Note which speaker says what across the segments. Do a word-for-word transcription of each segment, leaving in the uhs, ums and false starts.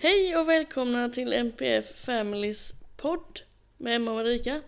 Speaker 1: Hej och välkomna till M P F Families podd med Emma och Marika.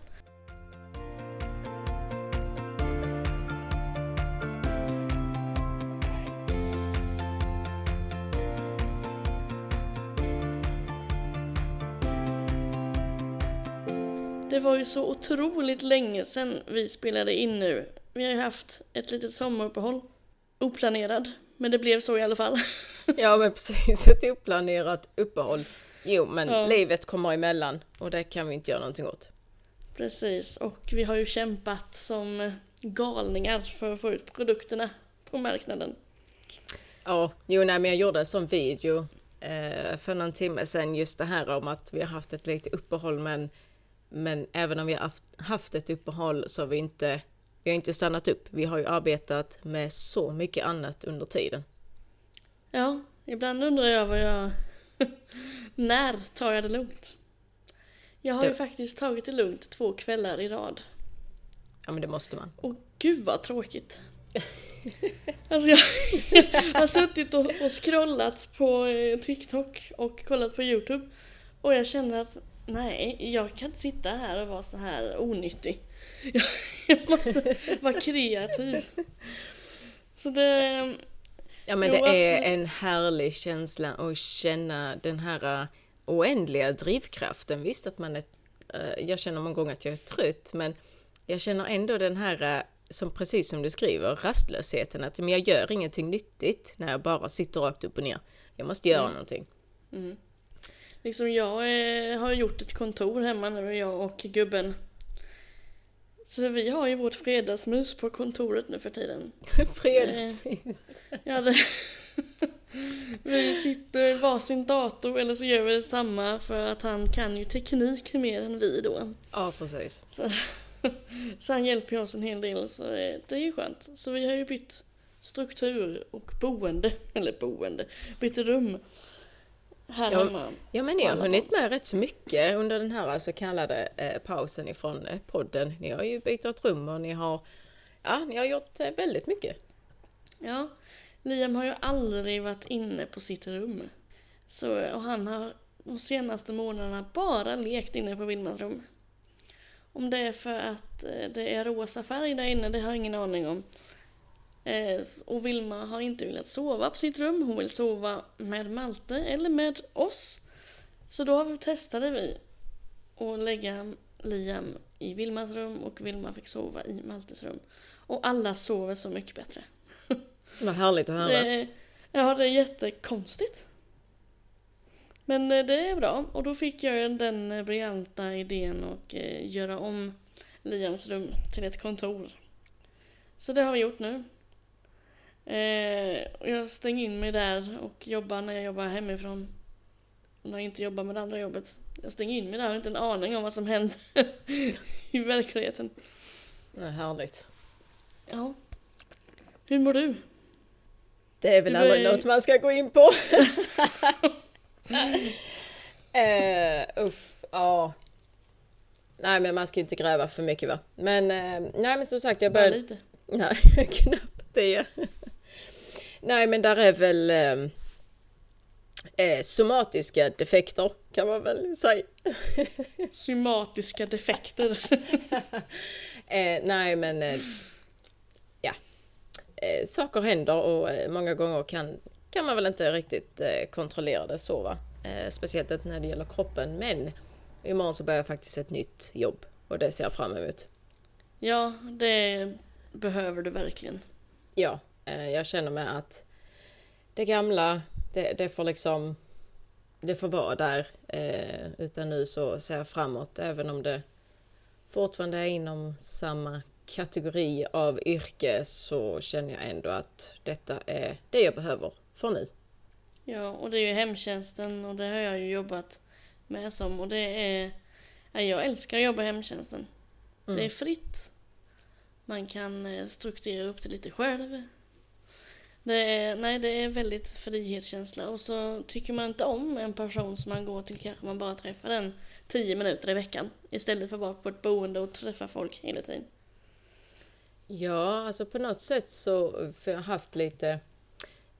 Speaker 1: Det var ju så otroligt länge sedan vi spelade in nu. Vi har ju haft ett litet sommaruppehåll. Oplanerad, men det blev så i alla fall.
Speaker 2: Ja, men precis, ett oplanerat uppehåll. Jo, men ja. Livet kommer emellan och det kan vi inte göra någonting åt.
Speaker 1: Precis, och vi har ju kämpat som galningar för att få ut produkterna på marknaden.
Speaker 2: Ja, jo, nej, men jag gjorde en sån video eh, för någon timme sedan, just det här om att vi har haft ett litet uppehåll, men, men även om vi har haft, haft ett uppehåll så har vi inte, vi har inte stannat upp. Vi har ju arbetat med så mycket annat under tiden.
Speaker 1: Ja, ibland undrar jag vad jag... När tar jag det lugnt? Jag har det... ju faktiskt tagit det lugnt två kvällar i rad.
Speaker 2: Ja, men det måste man.
Speaker 1: Och gud vad tråkigt. Alltså jag, jag har suttit och, och scrollat på TikTok och kollat på YouTube. Och jag känner att nej, jag kan inte sitta här och vara så här onyttig. Jag, jag måste vara kreativ. Så det...
Speaker 2: Ja, men det är en härlig känsla att känna den här oändliga drivkraften. Visst att man är, jag känner många gånger att jag är trött, men jag känner ändå den här, som precis som du skriver, rastlösheten. Att jag gör ingenting nyttigt när jag bara sitter rakt upp och ner. Jag måste göra mm. någonting.
Speaker 1: Mm. Liksom jag eh, har gjort ett kontor hemma nu, jag och gubben. Så vi har ju vårt fredagsmys på kontoret nu för tiden.
Speaker 2: Fredagsmys?
Speaker 1: Eh, ja, det... vi sitter i varsin dator, eller så gör vi det samma, för att han kan ju teknik mer än vi då.
Speaker 2: Ja, precis.
Speaker 1: Så, så han hjälper oss en hel del, så det är ju skönt. Så vi har ju bytt struktur och boende, eller boende, bytt rum. Här
Speaker 2: ja,
Speaker 1: hemma.
Speaker 2: Ja, men ni har hunnit med rätt så mycket under den här så kallade eh, pausen ifrån eh, podden. Ni har ju bytt ett rum och ni har, ja, ni har gjort eh, väldigt mycket.
Speaker 1: Ja, Liam har ju aldrig varit inne på sitt rum. Så, och han har de senaste månaderna bara lekt inne på Vilmas rum. Om det är för att eh, det är rosa färg där inne, det har jag ingen aning om. Eh, och Vilma har inte velat sova på sitt rum. Hon vill sova med Malte eller med oss. Så då har vi testade vi att lägga Liam i Vilmas rum och Vilma fick sova i Maltes rum. Och alla sover så mycket bättre.
Speaker 2: Vad härligt att höra.
Speaker 1: Det, ja, det är jättekonstigt. Men eh, det är bra. Och då fick jag den briljanta idén att eh, göra om Liams rum till ett kontor. Så det har vi gjort nu. Eh, och jag stänger in mig där och jobbar när jag jobbar hemifrån. Och när jag inte jobbar med det andra jobbet. Jag stänger in mig där och har inte en aning om vad som händer i verkligheten.
Speaker 2: Det är härligt.
Speaker 1: Ja. Hur mår du?
Speaker 2: Det är väl aldrig börjar... något man ska gå in på. uh, uff, ja. Nej, men man ska inte gräva för mycket, va? Men, uh, nej, men som sagt, jag börjar...
Speaker 1: lite.
Speaker 2: Nej, knappt det. Nej, men där är väl eh, eh, somatiska defekter, kan man väl säga.
Speaker 1: Somatiska defekter.
Speaker 2: eh, nej, men eh, ja. Eh, saker händer och eh, många gånger kan, kan man väl inte riktigt eh, kontrollera det så, va? Eh, speciellt när det gäller kroppen. Men imorgon så börjar faktiskt ett nytt jobb och det ser jag fram emot.
Speaker 1: Ja, det behöver du verkligen.
Speaker 2: Ja, eh, jag känner mig att det gamla, det, det får liksom, det får vara där. Eh, utan nu så ser jag framåt, även om det fortfarande är inom samma kategori av yrke, så känner jag ändå att detta är det jag behöver för nu.
Speaker 1: Ja, och det är ju hemtjänsten och det har jag ju jobbat med som, och det är, ja, jag älskar att jobba i hemtjänsten. Mm. Det är fritt. Man kan strukturera upp det lite själv. Det är, nej, det är väldigt frihetskänsla. Och så tycker man inte om en person som man går till, kanske man bara träffar den tio minuter i veckan. Istället för att vara på ett boende och träffa folk hela tiden.
Speaker 2: Ja, alltså på något sätt så har jag haft lite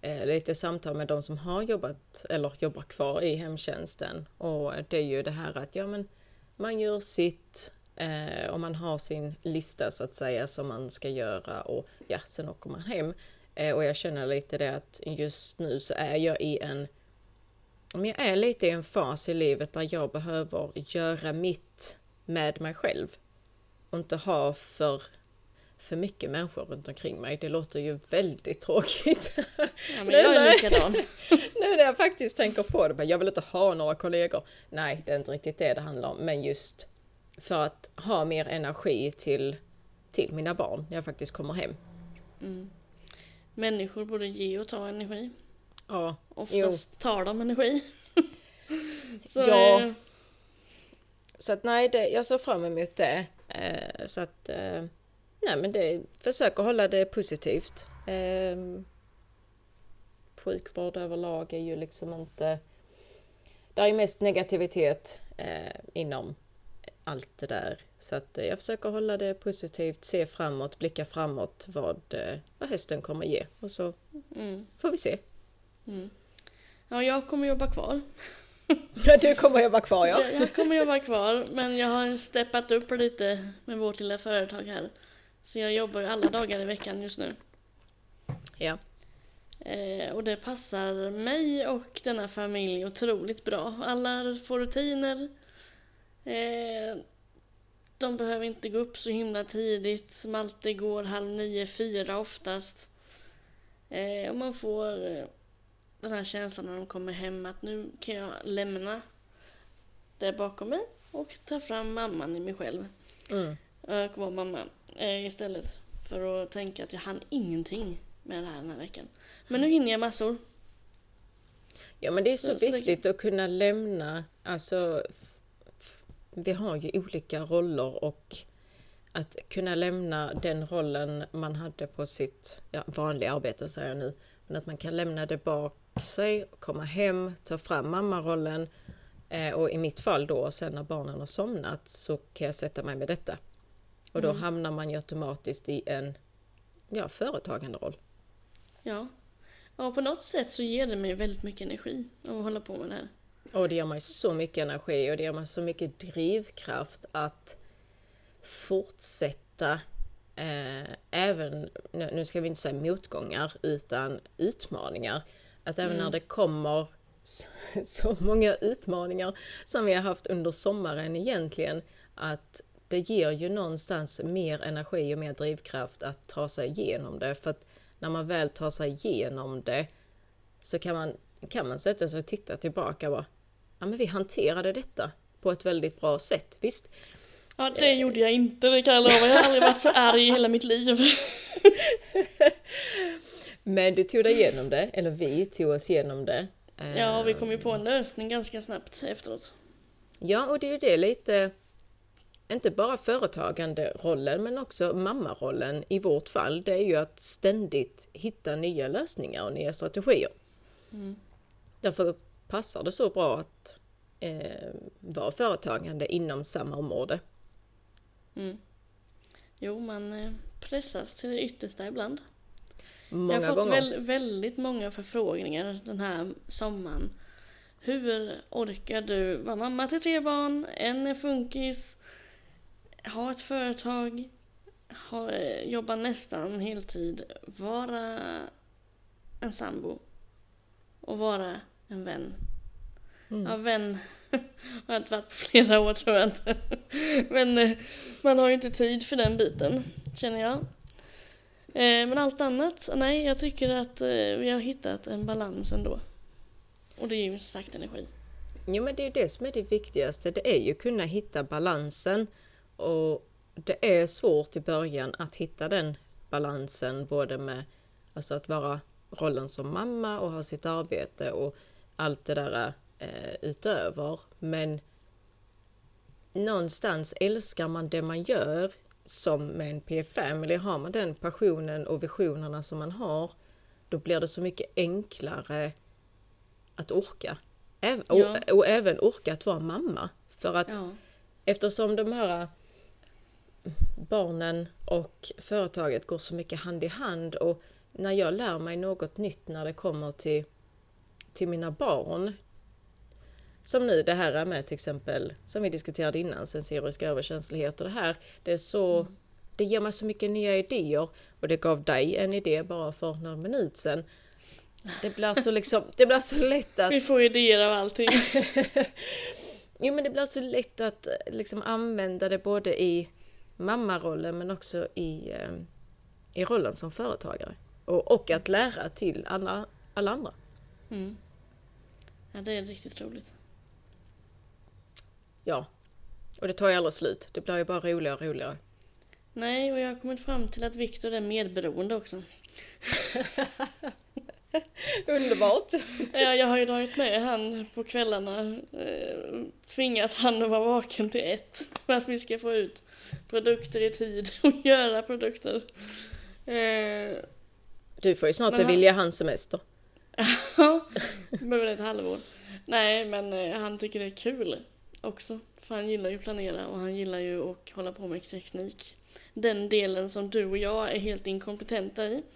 Speaker 2: eh, lite samtal med de som har jobbat eller jobbar kvar i hemtjänsten. Och det är ju det här att ja, men man gör sitt eh, och man har sin lista så att säga som man ska göra och ja, sen åker man hem. Eh, och jag känner lite det att just nu så är jag i en men jag är lite i en fas i livet där jag behöver göra mitt med mig själv. Och inte ha för, för mycket människor runt omkring mig. Det låter ju väldigt tråkigt.
Speaker 1: Ja, men jag är likadan.
Speaker 2: Nu när jag faktiskt tänker på det. Jag vill inte ha några kollegor. Nej, det är inte riktigt det det handlar om. Men just för att ha mer energi till, till mina barn när jag faktiskt kommer hem.
Speaker 1: Mm. Människor borde ge och ta energi.
Speaker 2: Ja,
Speaker 1: oftast jo. tar de energi. Så
Speaker 2: ja.
Speaker 1: Eh...
Speaker 2: Så att nej, det, jag ser fram emot det. Eh, så att eh, nej, men det försöker hålla det positivt. Eh, sjukvård överlag är ju liksom inte... Det är ju mest negativitet eh, inom allt det där. Så att eh, jag försöker hålla det positivt, se framåt, blicka framåt vad, eh, vad hösten kommer ge. Och så mm. får vi se.
Speaker 1: Mm. Ja, jag kommer jobba kvar.
Speaker 2: Ja, du kommer jobba kvar, ja.
Speaker 1: Jag, jag kommer jobba kvar, men jag har steppat upp lite med vårt lilla företag här. Så jag jobbar ju alla dagar i veckan just nu.
Speaker 2: Ja.
Speaker 1: Eh, och det passar mig och denna familj otroligt bra. Alla får rutiner. Eh, de behöver inte gå upp så himla tidigt, som alltid går halv nio, fyra oftast. Eh, och man får... Eh, den här känslan när de kommer hem att nu kan jag lämna det bakom mig och ta fram mamman i mig själv. Mm. Och vara mamma eh, istället för att tänka att jag hann ingenting med det här den här veckan. Men nu hinner jag massor.
Speaker 2: Ja, men det är så, så viktigt så det... att kunna lämna, alltså f- vi har ju olika roller och att kunna lämna den rollen man hade på sitt ja, vanliga arbete säger jag nu. Men att man kan lämna det bak sig, komma hem, ta fram mammarollen eh, och i mitt fall då sen när barnen har somnat så kan jag sätta mig med detta. Och då mm. hamnar man ju automatiskt i en ja, företagande roll.
Speaker 1: Ja. Och på något sätt så ger det mig väldigt mycket energi att hålla på med det här.
Speaker 2: Och det ger mig så mycket energi och det ger mig så mycket drivkraft att fortsätta Eh, även, nu ska vi inte säga motgångar utan utmaningar. Att även mm. när det kommer så, så många utmaningar som vi har haft under sommaren egentligen, att det ger ju någonstans mer energi och mer drivkraft att ta sig igenom det. För att när man väl tar sig igenom det så kan man, kan man sätta sig och titta tillbaka och bara, ja men vi hanterade detta på ett väldigt bra sätt, visst?
Speaker 1: Ja, det eh. gjorde jag inte, det kan jag lova. Jag har aldrig varit så arg i hela mitt liv.
Speaker 2: Men du tog dig igenom det, eller vi tog oss igenom det.
Speaker 1: Ja, vi kom ju på en lösning ganska snabbt efteråt.
Speaker 2: Ja, och det är ju det lite, inte bara företagande-rollen men också mammarollen i vårt fall. Det är ju att ständigt hitta nya lösningar och nya strategier. Mm. Därför passar det så bra att eh, vara företagande inom samma område.
Speaker 1: Mm. Jo, man eh, pressas till det yttersta ibland.
Speaker 2: Många
Speaker 1: jag har fått
Speaker 2: gånger.
Speaker 1: Väl, väldigt många förfrågningar den här sommaren. Hur orkar du vara mamma till tre barn, en är funkis, ha ett företag, ha, jobba nästan heltid, vara en sambo och vara en vän. Mm. Ja, vän har jag inte varit på flera år tror jag inte. Men man har ju inte tid för den biten, känner jag. Men allt annat, nej, jag tycker att vi har hittat en balans ändå. Och det är ju som sagt energi.
Speaker 2: Jo, men det är det som är det viktigaste. Det är ju att kunna hitta balansen. Och det är svårt i början att hitta den balansen. Både med alltså att vara rollen som mamma och ha sitt arbete och allt det där eh, utöver. Men någonstans älskar man det man gör som med en P F-family. Har man den passionen och visionerna som man har, då blir det så mycket enklare att orka. Även, ja. och, och även orka att vara mamma. För att ja. eftersom de här barnen och företaget går så mycket hand i hand och när jag lär mig något nytt när det kommer till, till mina barn. Som nu det här är med till exempel, som vi diskuterade innan, sensorisk överkänslighet och det här. Det är så, mm. det ger mig så mycket nya idéer. Och det gav dig en idé bara för någon minut sedan. Det blir så liksom, det blir så lätt att...
Speaker 1: Vi får idéer av allting.
Speaker 2: Jo, men det blir så lätt att liksom använda det både i mammarollen men också i, eh, i rollen som företagare. Och, och att lära till alla, alla andra.
Speaker 1: Mm. Ja, det är riktigt roligt.
Speaker 2: Ja, och det tar ju aldrig slut. Det blir ju bara roligare och roligare.
Speaker 1: Nej, och jag har kommit fram till att Viktor är medberoende också.
Speaker 2: Underbart.
Speaker 1: Ja, jag har ju dragit med han på kvällarna. Eh, tvingat han att vara vaken till ett. För att vi ska få ut produkter i tid och göra produkter. Eh,
Speaker 2: du får ju snart bevilja han... hans semester.
Speaker 1: Ja, behöver ett halvår. Nej, men eh, han tycker det är kul också. För han gillar ju att planera och han gillar ju att hålla på med teknik. Den delen som du och jag är helt inkompetenta i.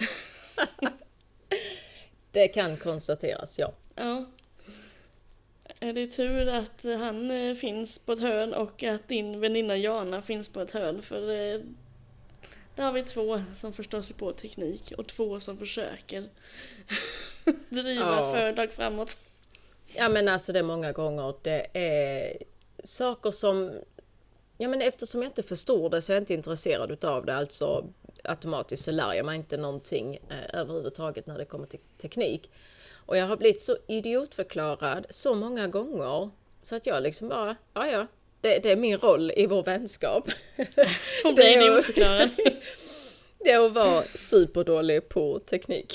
Speaker 2: Det kan konstateras, ja.
Speaker 1: Ja. Är det tur att han eh, finns på ett hörn och att din väninna Jana finns på ett hörn? För eh, där har vi två som förstår sig på teknik och två som försöker driva ja. ett företag framåt.
Speaker 2: Ja, men alltså det är många gånger det är saker som, ja men eftersom jag inte förstår det så är jag inte intresserad utav det, alltså automatiskt så lär jag mig inte någonting eh, överhuvudtaget när det kommer till teknik. Och jag har blivit så idiotförklarad så många gånger så att jag liksom bara, ja ja, det, det är min roll i vår vänskap.
Speaker 1: Hon blir idiotförklarad.
Speaker 2: Det är att vara superdålig på teknik.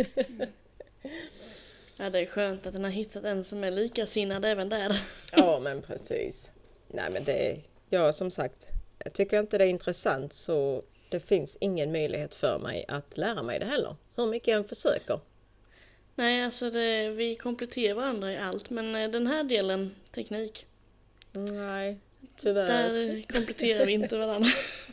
Speaker 1: Ja, det är skönt att den har hittat en som är likasinnad även där.
Speaker 2: Ja, men precis. Nej, men det är, ja som sagt, jag tycker inte det är intressant så det finns ingen möjlighet för mig att lära mig det heller. Hur mycket jag än försöker.
Speaker 1: Nej, alltså det, vi kompletterar varandra i allt, men den här delen, teknik.
Speaker 2: Nej, tyvärr.
Speaker 1: Där kompletterar vi inte varandra.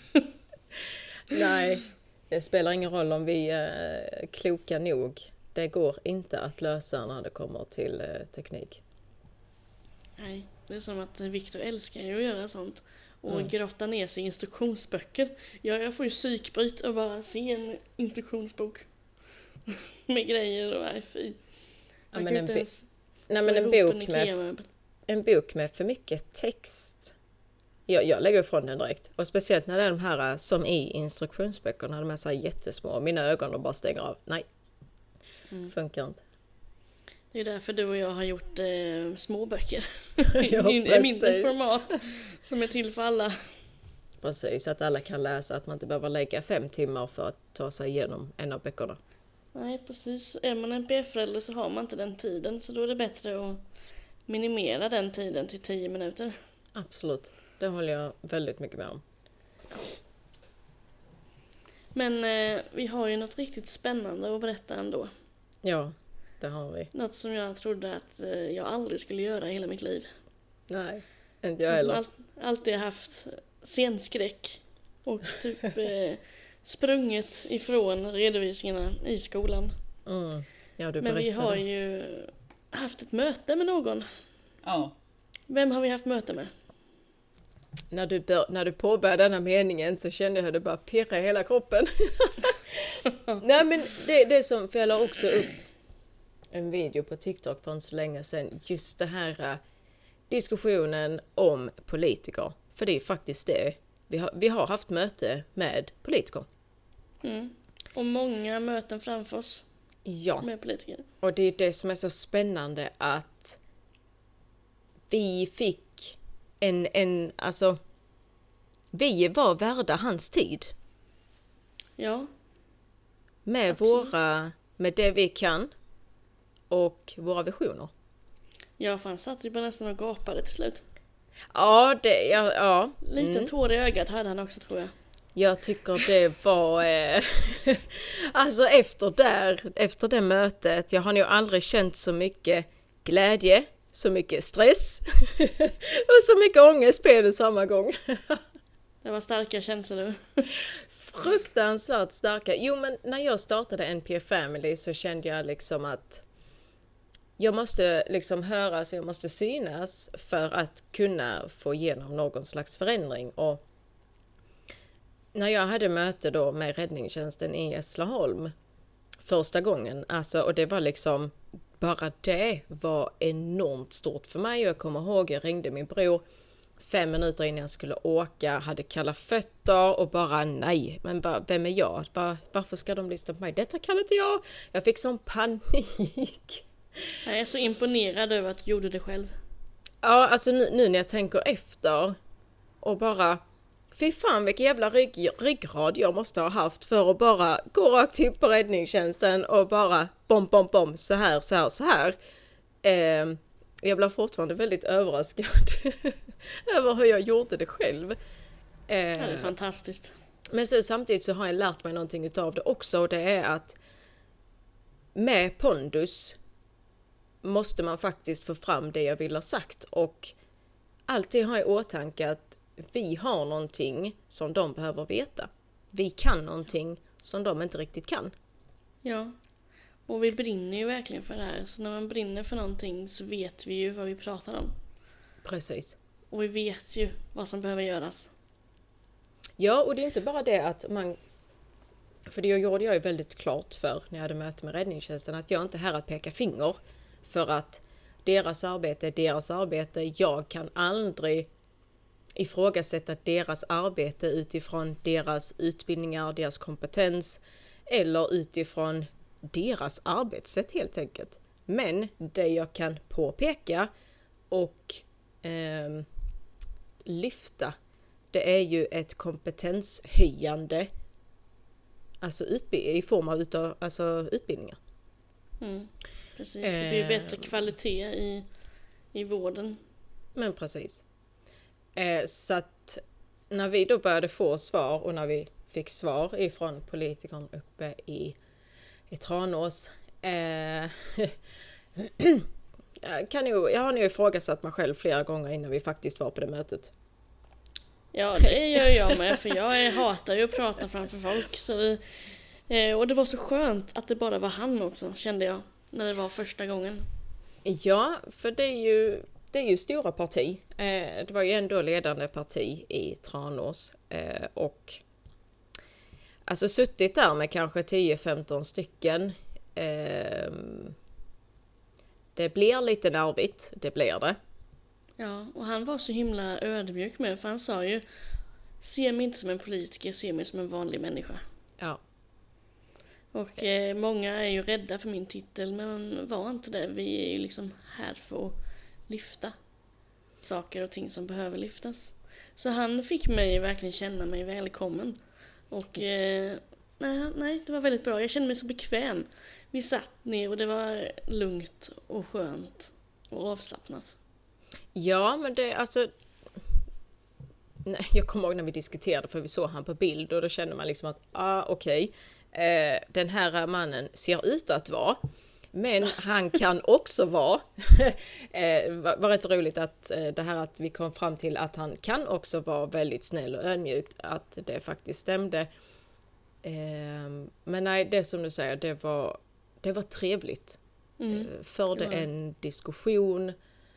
Speaker 2: Nej, det spelar ingen roll om vi är kloka nog. Det går inte att lösa när det kommer till eh, teknik.
Speaker 1: Nej, det är som att Viktor älskar ju att göra sånt. Och
Speaker 2: mm.
Speaker 1: grotta ner sig i instruktionsböcker. Ja, jag får ju psykbryt och bara se en instruktionsbok. Med grejer och nej, fy.
Speaker 2: Ja, men en, b- nej, men en, bok med, en bok med för mycket text. Jag, jag lägger ifrån den direkt. Och speciellt när det är de här som i instruktionsböckerna. De är så här jättesmå. Mina ögon och bara stänger av. Nej. Mm. Funkar inte.
Speaker 1: Det är därför du och jag har gjort eh, små böcker.
Speaker 2: Ja,
Speaker 1: I mindre format. Som är till för alla.
Speaker 2: Precis, att alla kan läsa. Att man inte behöver lägga fem timmar för att ta sig igenom en av böckerna.
Speaker 1: Nej, precis. Är man en P-förälder så har man inte den tiden. Så då är det bättre att minimera den tiden till tio minuter.
Speaker 2: Absolut. Det håller jag väldigt mycket med om.
Speaker 1: Men eh, vi har ju något riktigt spännande att berätta ändå.
Speaker 2: Ja, det har vi.
Speaker 1: Något som jag trodde att eh, jag aldrig skulle göra i hela mitt liv.
Speaker 2: Nej, inte jag heller.
Speaker 1: Jag har alltid haft scenskräck och typ eh, sprungit ifrån redovisningarna i skolan.
Speaker 2: Mm. Ja, du
Speaker 1: Men vi har ju haft ett möte med någon.
Speaker 2: Ja.
Speaker 1: Vem har vi haft möte med?
Speaker 2: När du, bör, när du påbörjade denna meningen så kände jag hur det bara pirra i hela kroppen. Nej, men det, det är som, för jag la också upp en video på TikTok för en så länge sedan. Just det här uh, diskussionen om politiker. För det är faktiskt det. Vi har, vi har haft möte med politiker.
Speaker 1: Mm. Och många möten framför oss.
Speaker 2: Ja.
Speaker 1: Med politiker.
Speaker 2: Och det är det som är så spännande att vi fick en, en alltså vi var värda hans tid.
Speaker 1: Ja.
Speaker 2: Med absolut. våra, med det vi kan och våra visioner.
Speaker 1: Ja, för han satt ju bara nästan och gapade till slut.
Speaker 2: Ja, det, ja, ja.
Speaker 1: Lite mm. tår i ögat hade han också, tror jag.
Speaker 2: Jag tycker det var eh, alltså efter där, efter det mötet, jag har nog aldrig känt så mycket glädje, så mycket stress och så mycket ångest på det samma gång.
Speaker 1: Det var starka känslor.
Speaker 2: Fruktansvärt starka. Jo, men när jag startade N P F Family så kände jag liksom att jag måste liksom höras, jag måste synas för att kunna få igenom någon slags förändring. Och när jag hade möte då med räddningstjänsten i Hässleholm första gången, alltså, och det var liksom, bara det var enormt stort för mig. Jag kommer ihåg, jag ringde min bror fem minuter innan jag skulle åka, hade kalla fötter och bara nej, men bara, vem är jag? Var, varför ska de lyssna på mig? Detta kan inte jag! Jag fick sån panik.
Speaker 1: Jag är så imponerad över att du gjorde det själv.
Speaker 2: Ja, alltså nu, nu när jag tänker efter och bara, fy fan vilken jävla rygg, ryggrad jag måste ha haft för att bara gå rakt in på räddningstjänsten och bara bom, bom, bom, så här, så här, så här. Eh, jag blev fortfarande väldigt överraskad över hur jag gjorde det själv. Eh,
Speaker 1: ja, det är fantastiskt.
Speaker 2: Men så, samtidigt så har jag lärt mig någonting utav det också, och det är att med pondus måste man faktiskt få fram det jag vill ha sagt, och alltid ha i åtanke att vi har någonting som de behöver veta. Vi kan någonting som de inte riktigt kan.
Speaker 1: Ja, och vi brinner ju verkligen för det här. Så när man brinner för någonting så vet vi ju vad vi pratar om.
Speaker 2: Precis.
Speaker 1: Och vi vet ju vad som behöver göras.
Speaker 2: Ja, och det är inte bara det att man... För det gjorde jag ju väldigt klart för när jag hade möte med räddningstjänsten, att jag inte är här att peka finger. För att deras arbete är deras arbete. Jag kan aldrig ifrågasätta deras arbete utifrån deras utbildningar, deras kompetens eller utifrån deras arbetssätt helt enkelt. Men det jag kan påpeka och eh, lyfta, det är ju ett kompetenshöjande, alltså utbi- i form av utav, alltså utbildningar.
Speaker 1: Mm, precis, det blir ju bättre kvalitet i, i vården.
Speaker 2: Men precis. Eh, så att när vi då började få svar och när vi fick svar ifrån politikern uppe i, i Tranås, eh, kan jag, jag har nog ifrågasatt mig själv flera gånger innan vi faktiskt var på det mötet.
Speaker 1: Ja, det gör jag med, för jag hatar ju att prata framför folk. Så, eh, och det var så skönt att det bara var han också, kände jag, när det var första gången.
Speaker 2: Ja, för det är ju, det är ju stora parti. Eh, det var ju ändå ledande parti i Tranås. Eh, och alltså suttit där med kanske tio femton stycken. Eh, det blir lite nervigt, det blir det.
Speaker 1: Ja, och han var så himla ödmjuk med, för han sa ju: se mig inte som en politiker, se mig som en vanlig människa.
Speaker 2: Ja.
Speaker 1: Och eh, många är ju rädda för min titel, men var inte det. Vi är ju liksom här för att lyfta saker och ting som behöver lyftas. Så han fick mig verkligen känna mig välkommen. Och eh, nej, nej, det var väldigt bra. Jag kände mig så bekväm. Vi satt ner och det var lugnt och skönt och avslappnat.
Speaker 2: Ja, men det alltså... Nej, jag kommer ihåg när vi diskuterade, för vi såg han på bild och då kände man liksom att ah, okej, okay, eh, den här mannen ser ut att vara, men han kan också vara eh, var, var rätt så roligt att eh, det här att vi kom fram till att han kan också vara väldigt snäll och ödmjuk, att det faktiskt stämde. Eh, men nej, det som du säger, det var, det var trevligt. Mm. Eh, förde en diskussion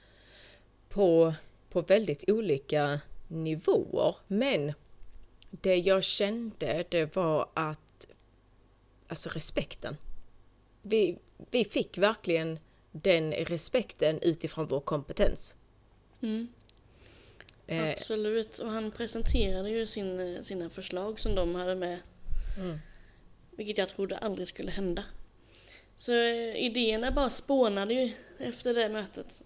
Speaker 2: på, på väldigt olika nivåer, men det jag kände, det var att alltså respekten. Vi, vi fick verkligen den respekten utifrån vår kompetens.
Speaker 1: Mm. Eh. Absolut, och han presenterade ju sin, sina förslag som de hade med. Mm. Vilket jag trodde aldrig skulle hända. Så eh, idéerna bara spånade ju efter det mötet.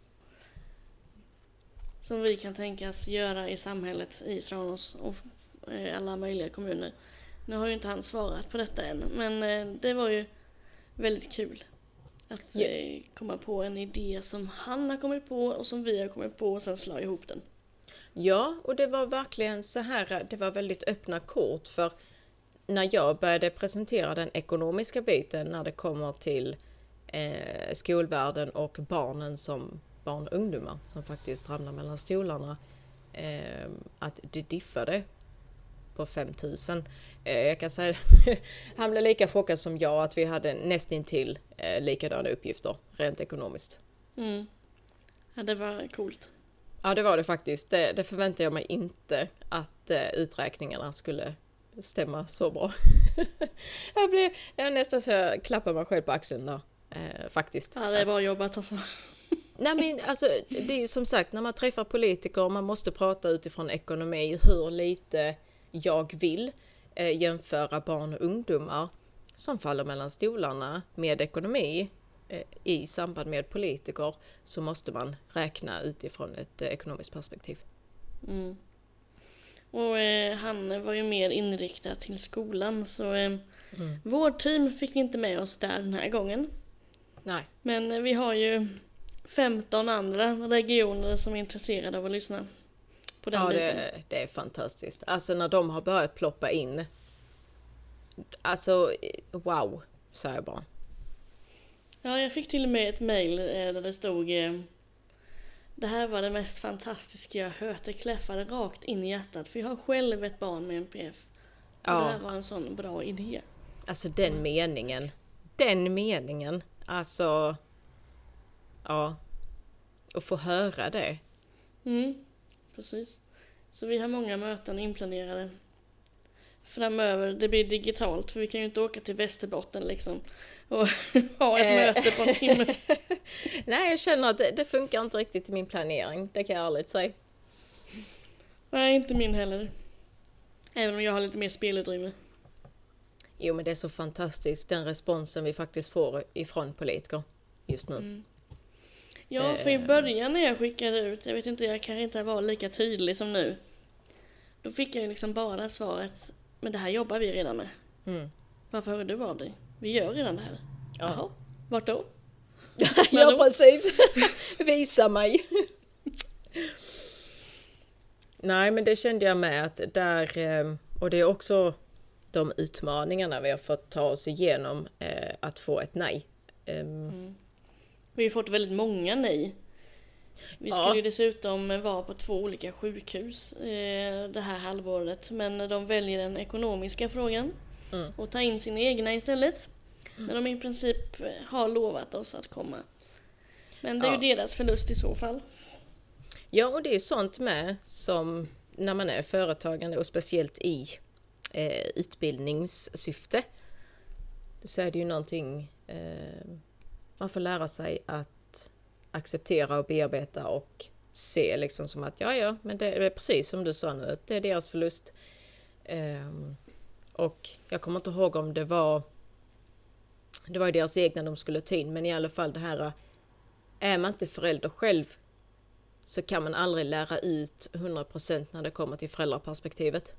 Speaker 1: Som vi kan tänkas göra i samhället i Tranås och alla möjliga kommuner. Nu har ju inte han svarat på detta än, men det var ju väldigt kul att ja. komma på en idé som han har kommit på och som vi har kommit på och sen slå ihop den.
Speaker 2: Ja, och det var verkligen så här, det var väldigt öppna kort, för när jag började presentera den ekonomiska biten när det kommer till eh, skolvärlden och barnen som barn och ungdomar som faktiskt ramlar mellan stolarna, eh, att det diffade på fem tusen. Eh, jag kan säga han blev lika chockad som jag att vi hade nästintill eh, likadana uppgifter rent ekonomiskt.
Speaker 1: Mm. Ja, det var coolt.
Speaker 2: Ja, det var det faktiskt. Det, det förväntade jag mig inte att eh, uträkningarna skulle stämma så bra. jag blev jag nästan så jag klappade mig själv på axeln där, eh, faktiskt.
Speaker 1: Ja, det är bra jobbat alltså.
Speaker 2: Nej, men alltså, det är ju som sagt, när man träffar politiker man måste prata utifrån ekonomi, hur lite jag vill eh, jämföra barn och ungdomar som faller mellan stolarna med ekonomi eh, i samband med politiker, så måste man räkna utifrån ett eh, ekonomiskt perspektiv.
Speaker 1: Mm. Och eh, han var ju mer inriktad till skolan, så eh, mm. vår team fick inte med oss där den här gången.
Speaker 2: Nej.
Speaker 1: Men eh, vi har ju femton andra regioner som är intresserade av att lyssna på den
Speaker 2: ja,
Speaker 1: biten.
Speaker 2: Det, det är fantastiskt. Alltså när de har börjat ploppa in, alltså wow, säger jag bara.
Speaker 1: Ja, jag fick till och med ett mejl där det stod eh, det här var det mest fantastiska jag hört. Det kläffade rakt in i hjärtat. För jag har själv ett barn med N P F. Och ja. Det här var en sån bra idé.
Speaker 2: Alltså den mm. meningen. Den meningen. Alltså, ja. Och få höra det.
Speaker 1: Mm, precis. Så vi har många möten inplanerade framöver. Det blir digitalt, för vi kan ju inte åka till Västerbotten liksom och ha ett möte på en timme.
Speaker 2: Nej, jag känner att det, det funkar inte riktigt i min planering. Det kan jag ärligt säga.
Speaker 1: Nej, inte min heller. Även om jag har lite mer spelutrymme.
Speaker 2: Jo, men det är så fantastiskt den responsen vi faktiskt får ifrån politiker just nu. Mm.
Speaker 1: Ja, det... för i början när jag skickade ut, jag vet inte, jag kanske inte var lika tydlig som nu. Då fick jag liksom bara svaret, men det här jobbar vi redan med. Mm. Varför hör du av dig? Vi gör redan det här.
Speaker 2: Ja.
Speaker 1: Jaha, vart då?
Speaker 2: Ja, precis. Visa mig. Nej, men det kände jag med att där, och det är också de utmaningarna vi har fått ta oss igenom, att få ett nej.
Speaker 1: Mm. Vi har fått väldigt många nej. Vi skulle ja. ju dessutom vara på två olika sjukhus eh, det här halvåret. Men de väljer den ekonomiska frågan mm. och tar in sina egna istället. Mm. Men de i princip har lovat oss att komma. Men det är ja. ju deras förlust i så fall.
Speaker 2: Ja, och det är sånt med som när man är företagande och speciellt i eh, utbildningssyfte. Så är det ju någonting eh, man får lära sig att acceptera och bearbeta och se liksom som att ja, ja, men det är precis som du sa nu, att det är deras förlust. Um, och jag kommer inte ihåg om det var det var deras egna de skulle ta in, men i alla fall det här, är man inte förälder själv så kan man aldrig lära ut hundra procent när det kommer till föräldraperspektivet.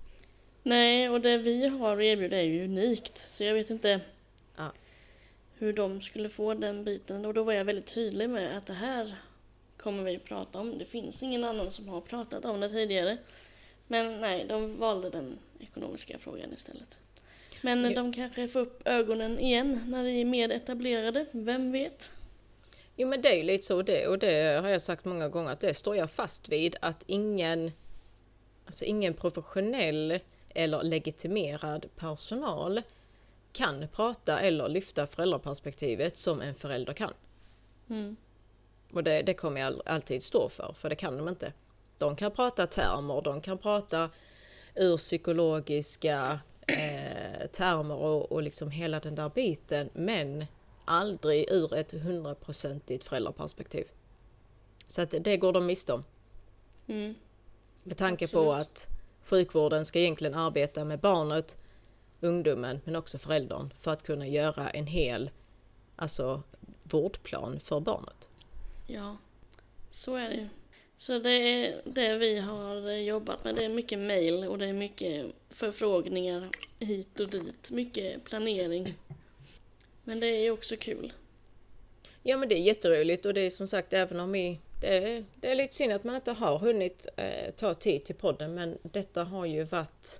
Speaker 1: Nej, och det vi har att erbjuda är ju unikt, så jag vet inte ja. hur de skulle få den biten. Och då var jag väldigt tydlig med att det här kommer vi prata om. Det finns ingen annan som har pratat om det tidigare. Men nej, de valde den ekonomiska frågan istället. Men jo. de kanske får upp ögonen igen när vi är mer etablerade. Vem vet?
Speaker 2: Jo, men det är ju lite så det. Och det har jag sagt många gånger att det står jag fast vid. Att ingen, alltså ingen professionell eller legitimerad personal kan prata eller lyfta föräldraperspektivet som en förälder kan. Mm. Och det, det kommer jag alltid stå för, för det kan de inte. De kan prata termer, de kan prata ur psykologiska eh, termer och, och liksom hela den där biten, men aldrig ur ett hundraprocentigt föräldraperspektiv. Så att det går de miste om. Mm. Med tanke Absolut. på att sjukvården ska egentligen arbeta med barnet, ungdomen, men också föräldern för att kunna göra en hel alltså, vårdplan för barnet.
Speaker 1: Ja, så är det. Så det är det vi har jobbat med. Det är mycket mejl och det är mycket förfrågningar hit och dit. Mycket planering. Men det är också kul.
Speaker 2: Ja, men det är jätteroligt och det är som sagt, även om vi, det är, det är lite synd att man inte har hunnit eh, ta tid till podden, men detta har ju varit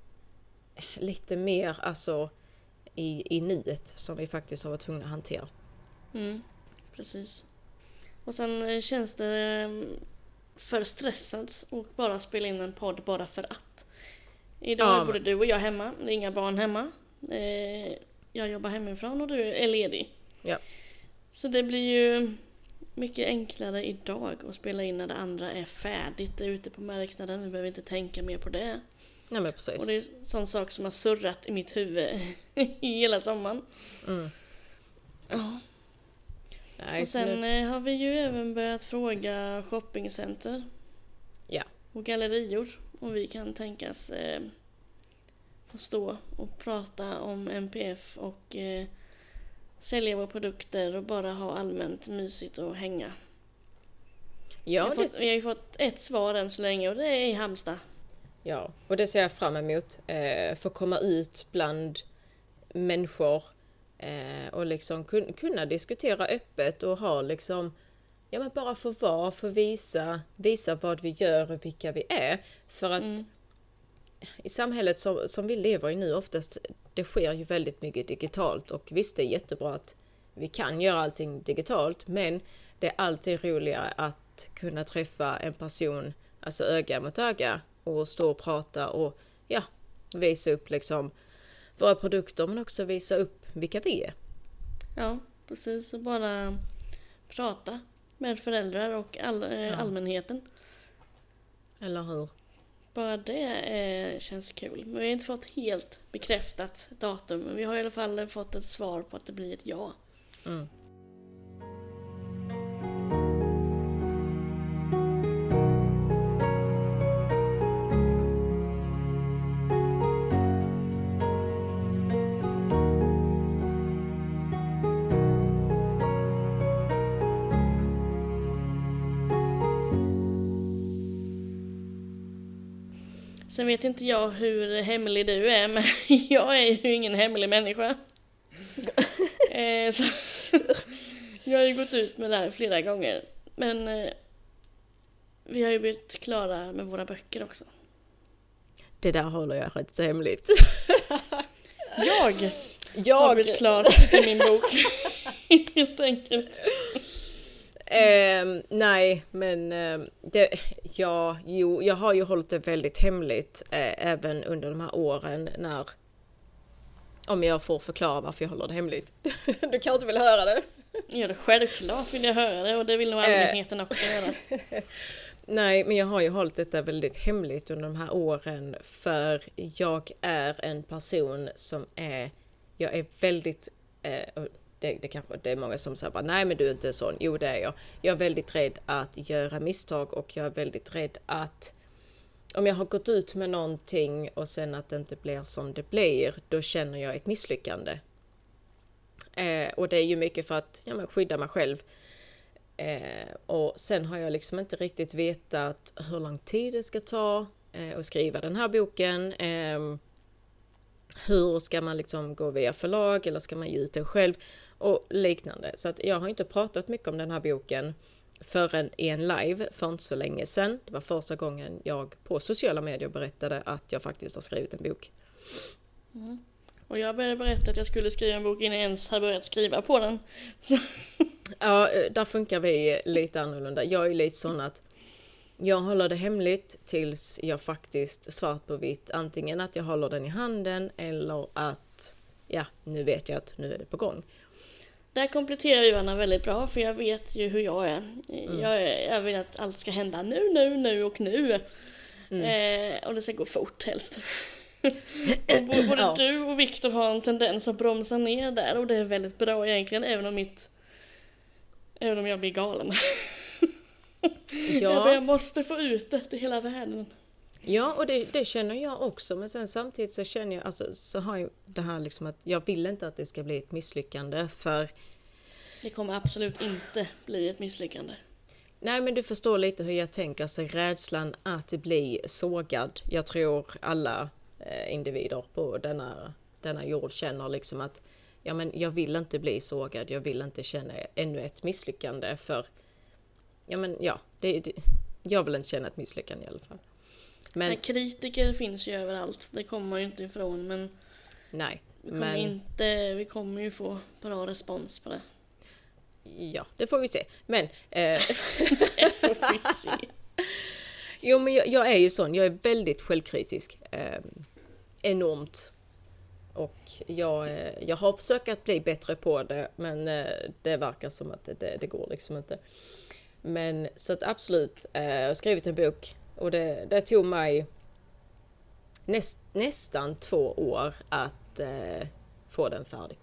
Speaker 2: lite mer alltså i, i nuet som vi faktiskt har varit tvungna att hantera.
Speaker 1: Mm, precis. Och sen känns det för stressat att bara spela in en podd bara för att. Idag
Speaker 2: Ja,
Speaker 1: är både du och jag hemma, det är inga barn hemma. Eh, jag jobbar hemifrån och du är ledig.
Speaker 2: Ja.
Speaker 1: Så det blir ju mycket enklare idag att spela in när det andra är färdigt. Det är ute på marknaden, vi behöver inte tänka mer på det.
Speaker 2: Ja, men precis.
Speaker 1: Och det är sån sak som har surrat i mitt huvud hela sommaren.
Speaker 2: Mm.
Speaker 1: Ja.
Speaker 2: Nej,
Speaker 1: Och sen
Speaker 2: nu...
Speaker 1: eh, har vi ju även börjat fråga shoppingcenter
Speaker 2: Ja.
Speaker 1: och gallerior om vi kan tänkas eh, få stå och prata om M P F och eh, sälja våra produkter och bara ha allmänt mysigt och hänga.
Speaker 2: Ja,
Speaker 1: vi, har
Speaker 2: det...
Speaker 1: fått, vi har ju fått ett svar än så länge och det är i Halmstad.
Speaker 2: Ja, och det ser jag fram emot. Eh, få komma ut bland människor eh, och liksom kun, kunna diskutera öppet och ha liksom, ja men bara få vara, få visa, visa vad vi gör och vilka vi är. För att
Speaker 1: Mm.
Speaker 2: i samhället som, som vi lever i nu oftast, det sker ju väldigt mycket digitalt och visst det är jättebra att vi kan göra allting digitalt, men det är alltid roligare att kunna träffa en person, alltså öga mot öga och stå och prata och ja, visa upp liksom våra produkter men också visa upp vilka vi är.
Speaker 1: Ja, precis. Och bara prata med föräldrar och all, eh,
Speaker 2: Ja.
Speaker 1: allmänheten.
Speaker 2: Eller hur?
Speaker 1: Bara det eh, känns kul. Men vi har inte fått helt bekräftat datum. Men vi har i alla fall fått ett svar på att det blir ett ja.
Speaker 2: Mm.
Speaker 1: Sen vet inte jag hur hemlig du är, men jag är ju ingen hemlig människa. eh, så, jag har ju gått ut med det här flera gånger. Men eh, vi har ju blivit klara med våra böcker också.
Speaker 2: Det där håller jag rätt så hemligt.
Speaker 1: Jag,
Speaker 2: Jag
Speaker 1: har blivit klar med min bok. Helt enkelt.
Speaker 2: Eh, nej, men eh, det, ja, jo, jag har ju hållit det väldigt hemligt eh, även under de här åren när, om jag får förklara varför jag håller det hemligt. Du kan inte vilja höra det?
Speaker 1: Ja, det självklart vill jag höra det och det vill nog allmänheten eh. också göra.
Speaker 2: Nej, men jag har ju hållit detta väldigt hemligt under de här åren för jag är en person som är, jag är väldigt, eh, det, det kanske det är många som säger bara, nej men du är inte sån. Jo, det är jag. Jag är väldigt rädd att göra misstag och jag är väldigt rädd att om jag har gått ut med någonting och sen att det inte blir som det blir, då känner jag ett misslyckande. Eh, och det är ju mycket för att ja, men skydda mig själv. Eh, och sen har jag liksom inte riktigt vetat hur lång tid det ska ta eh, att skriva den här boken. Eh, hur ska man liksom gå via förlag eller ska man ge ut den själv och liknande. Så att jag har inte pratat mycket om den här boken förrän i en live för inte så länge sedan. Det var första gången jag på sociala medier berättade att jag faktiskt har skrivit en bok.
Speaker 1: Mm. Och jag började berätta att jag skulle skriva en bok innan jag ens hade börjat skriva på den. Så.
Speaker 2: Ja, där funkar vi lite annorlunda. Jag är lite sån att jag håller det hemligt tills jag faktiskt svart på vitt. Antingen att jag håller den i handen eller att, ja, nu vet jag att nu är det på gång.
Speaker 1: Där kompletterar vi varandra väldigt bra för jag vet ju hur jag är.
Speaker 2: Mm.
Speaker 1: Jag, är jag vill att allt ska hända nu, nu, nu och nu. Mm. Eh, och det ska gå fort helst. Och både ja. Du och Viktor har en tendens att bromsa ner där och det är väldigt bra egentligen även om mitt även om jag blir galen. Ja. Jag måste få ut det till hela världen.
Speaker 2: Ja, och det, det känner jag också. Men sen samtidigt så känner jag, alltså, så har jag det här liksom att jag vill inte att det ska bli ett misslyckande för...
Speaker 1: Det kommer absolut inte bli ett misslyckande.
Speaker 2: Nej, men du förstår lite hur jag tänker. Så rädslan att bli sågad. Jag tror alla eh, individer på denna, denna jord känner liksom att ja, men jag vill inte bli sågad. Jag vill inte känna ännu ett misslyckande för... Ja, men ja, det, det, jag vill inte känna ett misslyckande i alla fall. Men,
Speaker 1: nej, kritiker finns ju överallt. Det kommer man ju inte ifrån. Men
Speaker 2: nej,
Speaker 1: vi kommer,
Speaker 2: men,
Speaker 1: inte, vi kommer ju få bra respons på det.
Speaker 2: Ja, det får vi se. Men... Eh,
Speaker 1: det får vi se.
Speaker 2: Jo, men jag, jag är ju sån. Jag är väldigt självkritisk. Eh, enormt. Och jag, jag har försökt att bli bättre på det, men det verkar som att det, det går liksom inte. Men så att absolut, jag har skrivit en bok och det, det tog mig näst, nästan två år att eh, få den färdig.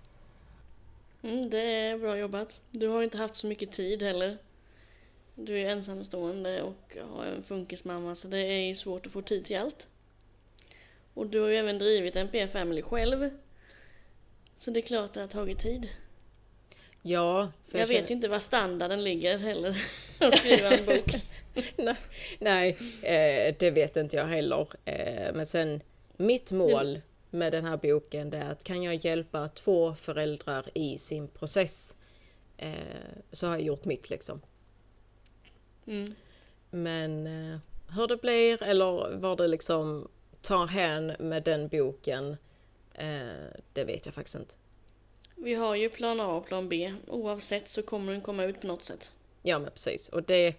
Speaker 1: Mm, det är bra jobbat. Du har inte haft så mycket tid heller. Du är ensamstående och har en funkismamma, så det är svårt att få tid till allt. Och du har ju även drivit en P F-family själv. Så det är klart att det har tagit tid.
Speaker 2: Ja.
Speaker 1: För jag, jag vet känner... inte var standarden ligger heller att skriva en bok.
Speaker 2: nej, nej eh, det vet inte jag heller. Eh, men sen, mitt mål med den här boken är att kan jag hjälpa två föräldrar i sin process, eh, så har jag gjort mitt liksom.
Speaker 1: Mm.
Speaker 2: Men eh, hur det blir eller vad det liksom tar hän med den boken, eh, det vet jag faktiskt inte.
Speaker 1: Vi har ju plan A och plan B. Oavsett så kommer den komma ut på något sätt.
Speaker 2: Ja, men precis. Och det...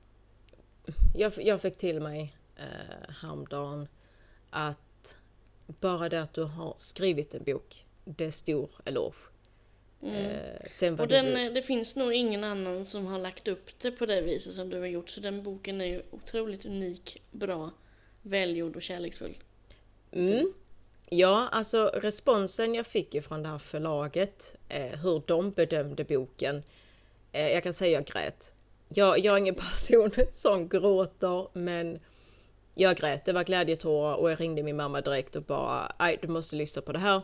Speaker 2: Jag, jag fick till mig eh, häromdagen att bara det att du har skrivit en bok, det är stor eloge.
Speaker 1: Mm.
Speaker 2: Eh, sen
Speaker 1: och den, du... det finns nog ingen annan som har lagt upp det på det viset som du har gjort. Så den boken är ju otroligt unik, bra, välgjord och kärleksfull.
Speaker 2: Mm. Ja, alltså responsen jag fick ifrån det här förlaget, eh, hur de bedömde boken, eh, jag kan säga jag grät. Jag, jag är ingen person som gråter, men jag grät. Det var glädjetårar och jag ringde min mamma direkt och bara, nej, du måste lyssna på det här.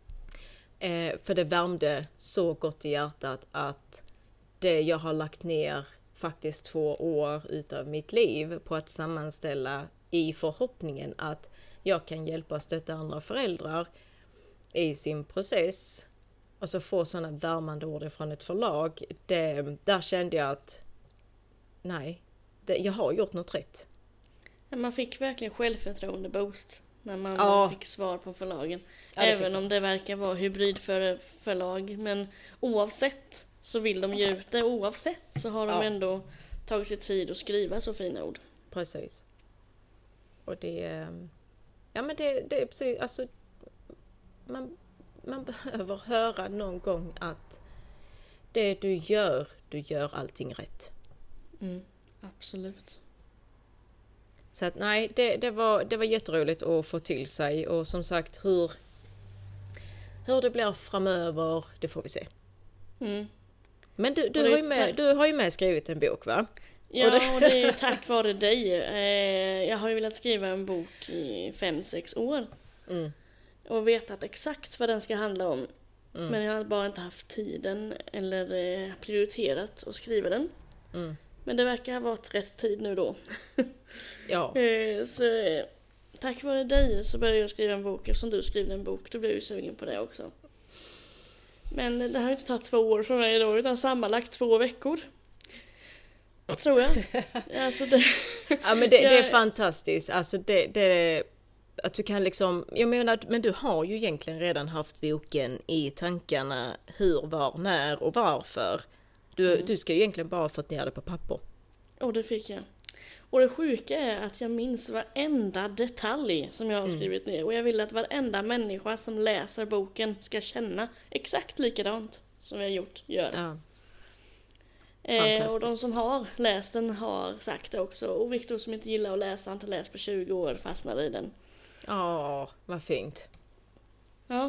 Speaker 2: Eh, för det värmde så gott i hjärtat att det jag har lagt ner faktiskt två år utav mitt liv på att sammanställa i förhoppningen att jag kan hjälpa och stötta andra föräldrar i sin process och så få sådana värmande ord från ett förlag. Det, där kände jag att nej, det, jag har gjort något rätt.
Speaker 1: Man fick verkligen självförtroende boost när man
Speaker 2: ja.
Speaker 1: fick svar på förlagen.
Speaker 2: Ja,
Speaker 1: Även om det verkar vara hybridförlag. Men oavsett så vill de ge ut det. Oavsett så har de ja. ändå tagit sig tid att skriva så fina ord.
Speaker 2: Precis. Och det... Ja, men det, det är precis... Alltså, man, man behöver höra någon gång att det du gör, du gör allting rätt.
Speaker 1: Mm, absolut.
Speaker 2: Så att nej, det, det, var, det var jätteroligt att få till sig. Och som sagt, hur, hur det blir framöver, det får vi se.
Speaker 1: Mm.
Speaker 2: Men du, du, har ju med, du har ju med skrivit en bok, va?
Speaker 1: Ja, och det, och det är ju tack vare dig. Jag har ju velat skriva en bok i fem, sex år.
Speaker 2: Mm.
Speaker 1: Och vetat exakt vad den ska handla om.
Speaker 2: Mm.
Speaker 1: Men jag har bara inte haft tiden eller prioriterat att skriva den.
Speaker 2: Mm.
Speaker 1: Men det verkar ha varit rätt tid nu då.
Speaker 2: Ja.
Speaker 1: Så tack vare dig så började jag skriva en bok. Eftersom du skrev en bok, då blev jag ju sugen på det också. Men det har inte tagit två år från mig då, utan sammanlagt två veckor. Tror jag. Alltså det,
Speaker 2: ja, men det, det är fantastiskt. Alltså det, det, att du kan liksom, jag menar, men du har ju egentligen redan haft boken i tankarna hur, var, när och varför. Du, mm. du ska ju egentligen bara fått ner det på papper.
Speaker 1: Och det fick jag. Och det sjuka är att jag minns varenda detalj som jag har skrivit mm. ner. Och jag vill att varenda människa som läser boken ska känna exakt likadant som jag gjort gör.
Speaker 2: Ja.
Speaker 1: Eh, och de som har läst den har sagt det också. Och Victor som inte gillar att läsa, inte läst på tjugo år, fastnade i den.
Speaker 2: Ja, vad fint.
Speaker 1: Ja.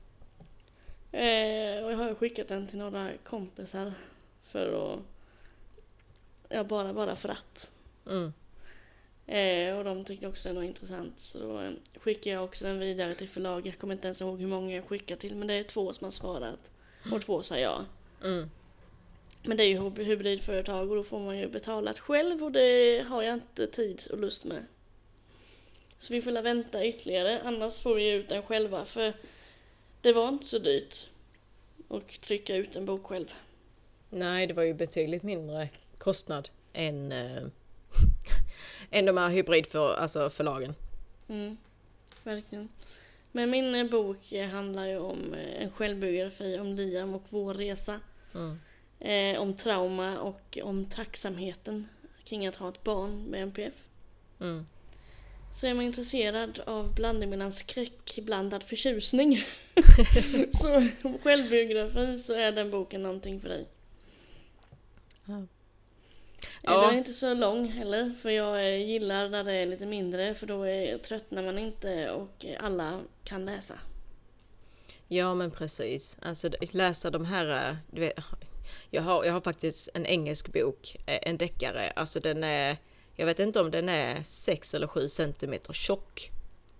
Speaker 1: Eh, och jag har skickat den till några kompisar för att, ja, bara, bara för att.
Speaker 2: Mm.
Speaker 1: Eh, och de tyckte också den var intressant. Så då eh, skickade jag också den vidare till förlag. Jag kommer inte ens ihåg hur många jag skickade till, men det är två som har svarat. Och två sa ja.
Speaker 2: Mm.
Speaker 1: Men det är ju hybridföretag och då får man ju betalat själv och det har jag inte tid och lust med. Så vi får vänta ytterligare, annars får vi ut den själva för det var inte så dyrt att trycka ut en bok själv.
Speaker 2: Nej, det var ju betydligt mindre kostnad än, äh, än de här hybridförlagen. Alltså förlagen.
Speaker 1: Mm, verkligen. Men min bok handlar ju om en självbiografi om Liam och vår resa.
Speaker 2: Mm.
Speaker 1: Eh, om trauma och om tacksamheten kring att ha ett barn med N P F.
Speaker 2: Mm.
Speaker 1: så är man intresserad av blandning mellan skräckblandad förtjusning. Så självbiografi, så är den boken någonting för dig.
Speaker 2: Ja.
Speaker 1: Ja. Den är inte så lång heller, för jag gillar när det är lite mindre, för då är, tröttnar man inte och alla kan läsa.
Speaker 2: Ja, men precis. Alltså läsa de här, du vet, jag har, jag har faktiskt en engelsk bok, en deckare. Alltså den är, jag vet inte om den är sex eller sju centimeter tjock.